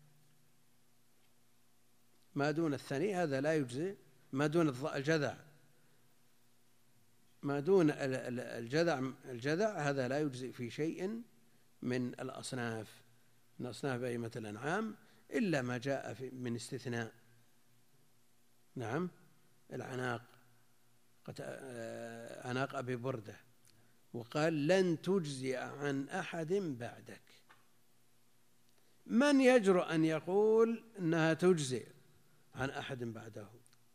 ما دون الثني هذا لا يجزئ، ما دون الجذع، ما دون الجذع هذا لا يجزئ في شيء من الأصناف، من أصناف بهيمة الأنعام، إلا ما جاء من استثناء. نعم العناق، عناق أبي بردة، وقال لن تجزئ عن أحد بعدك. من يجرؤ أن يقول أنها تجزئ عن أحد بعده؟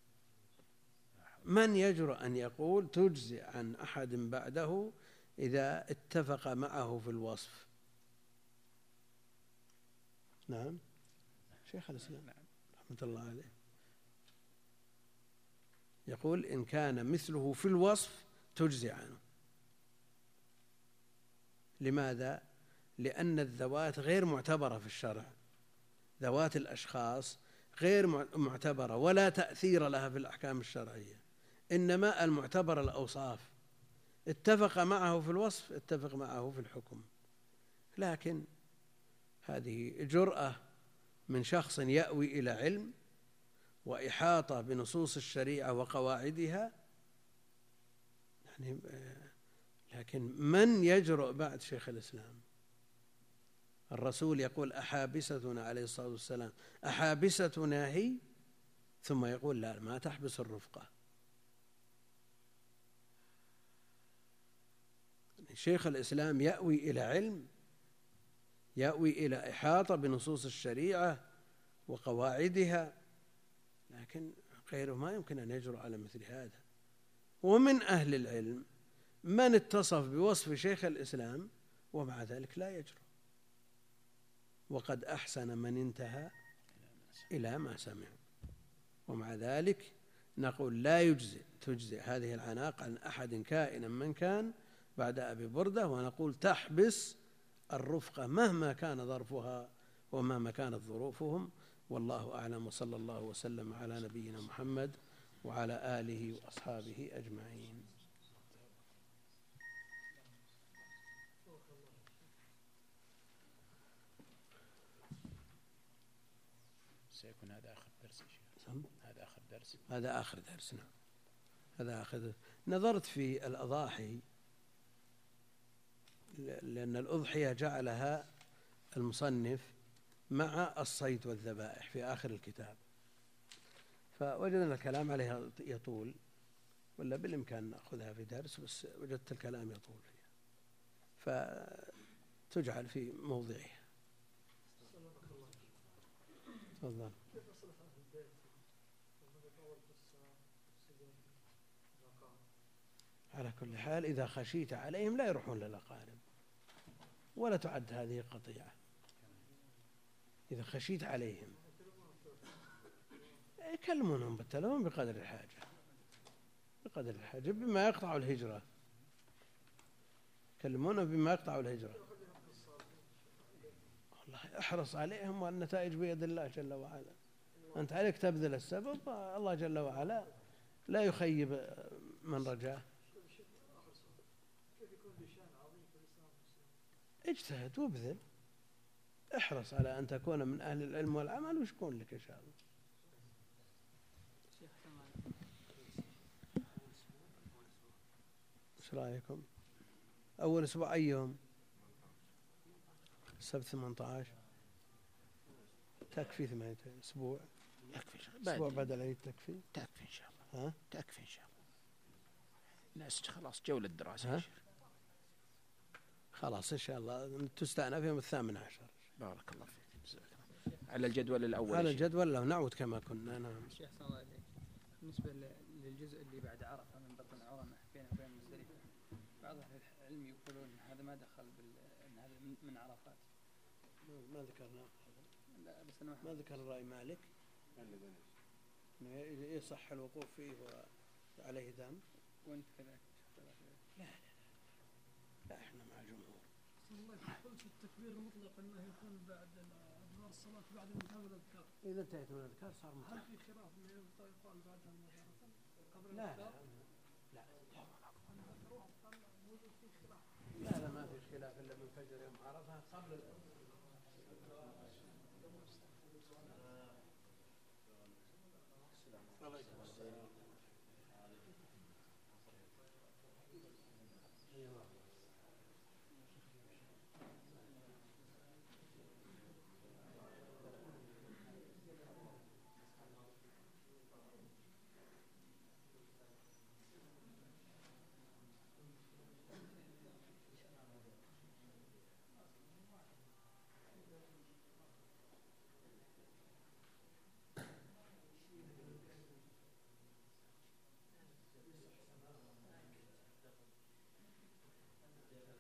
من يجرؤ أن يقول تجزئ عن أحد بعده إذا اتفق معه في الوصف؟ نعم شيخ الإسلام رحمة الله عليه يقول إن كان مثله في الوصف تجزئ عنه. لماذا؟ لأن الذوات غير معتبرة في الشرع، ذوات الأشخاص غير معتبرة ولا تأثير لها في الأحكام الشرعية، إنما المعتبر الأوصاف. اتفق معه في الوصف اتفق معه في الحكم. لكن هذه جرأة من شخص يأوي إلى علم وإحاطة بنصوص الشريعة وقواعدها، يعني لكن من يجرؤ بعد شيخ الإسلام؟ الرسول يقول أحابستنا عليه الصلاة والسلام أحابستنا هي، ثم يقول لا ما تحبس الرفقة. شيخ الإسلام يأوي إلى علم، يأوي إلى إحاطة بنصوص الشريعة وقواعدها، لكن غيره ما يمكن أن يجرؤ على مثل هذا. ومن أهل العلم من اتصف بوصف شيخ الإسلام ومع ذلك لا يجرؤ، وقد أحسن من انتهى إلى ما سمع. ومع ذلك نقول لا تجزئ هذه العناق عن أحد كائنا من كان بعد أبي بردة، ونقول تحبس الرفقة مهما كان ظرفها ومهما كانت ظروفهم. والله أعلم، وصلى الله وسلم على نبينا محمد وعلى آله وأصحابه أجمعين. سيكون هذا آخر درس يا شيخ. هذا آخر درس. هذا آخر درس. نعم هذا آخر درس. نظرت في الأضاحي لأن الأضحية جعلها المصنف مع الصيد والذبائح في آخر الكتاب، فوجدنا الكلام عليها يطول، ولا بالإمكان نأخذها في درس، بس وجدت الكلام يطول فيها فتجعل في موضعها. تفضل. على كل حال إذا خشيت عليهم لا يروحون للأقارب، ولا تعد هذه قطيعة. إذا خشيت عليهم يكلمونهم بالتلفون بقدر الحاجة بما يقطع الهجرة، يكلمونه بما يقطع الهجرة. والله احرص عليهم، والنتائج بيد الله جل وعلا. أنت عليك تبذل السبب، الله جل وعلا لا يخيب من رجاه. اجتهد وابذل، احرص على أن تكون من أهل العلم والعمل، ويكون لك إن شاء الله. ايش رايكم؟ اول اسبوع اي يوم؟ السبت 18 تكفي 8 اسبوع؟ يكفي اسبوع بعد العيد تكفي؟ تكفي ان شاء الله. ها؟ تكفي ان شاء الله. الناس خلاص جولة دراسة. خلاص ان شاء الله تستأنف يوم 18. بارك الله فيك. على الجدول الاول. على الجدول لو نعود كما كنا. نعم. شيخ صلى الله عليك، بالنسبة للجزء اللي بعد عرفة من بطن عرنة بينه وبين مزدلفة، بعض أهل العلم يقولون هذا ما دخل أن هذا من عرفات. ما ذكرنا لا بس أنا ما ذكر رأي مالك إنه يصح الوقوف فيه وعليه دم. وأنت كذلك؟ لا احنا مع الجمهور. الله قلت التكبير المطلق انه يكون بعد ادبار الصلاه بعد انتهاء الاذكار. اذا انتهت من الاذكار صار مطلق. هل في خلاف انه يقال بعدها مباشره قبل لا الاذكار؟ لا ما في خلاف الا من فجر يوم عرفه قبل السلام عليكم.